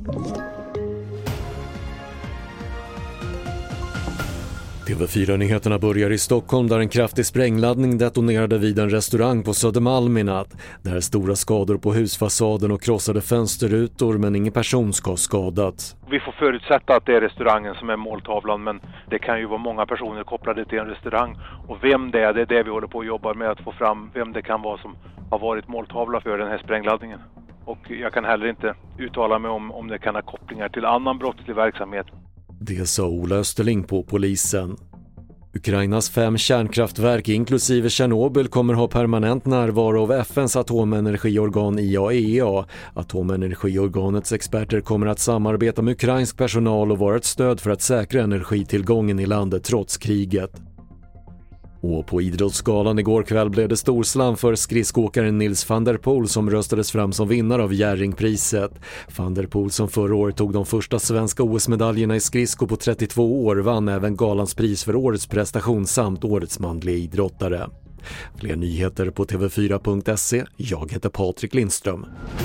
TV4-nyheterna börjar i Stockholm där en kraftig sprängladdning detonerade vid en restaurang på Södermalm i natt. Där är stora skador på husfasaden och krossade fönsterrutor, men ingen person ska ha skadats. Vi får förutsätta att det är restaurangen som är måltavlan, men det kan ju vara många personer kopplade till en restaurang. Och vem det är det vi håller på att jobba med, att få fram vem det kan vara som har varit måltavla för den här sprängladdningen. Och jag kan heller inte uttala mig om det kan ha kopplingar till annan brottslig verksamhet. Det sa Ola Österling på polisen. Ukrainas 5 kärnkraftverk inklusive Tjernobyl kommer ha permanent närvaro av FNs atomenergiorgan IAEA. Atomenergiorganets experter kommer att samarbeta med ukrainsk personal och vara ett stöd för att säkra energitillgången i landet trots kriget. Och på idrottsgalan igår kväll blev det storslam för skridskoåkaren Nils van der Poel som röstades fram som vinnare av Jerringpriset. Van der Poel som förra året tog de första svenska OS-medaljerna i skridsko på 32 år vann även galans pris för årets prestation samt årets manliga idrottare. Fler nyheter på tv4.se. Jag heter Patrik Lindström.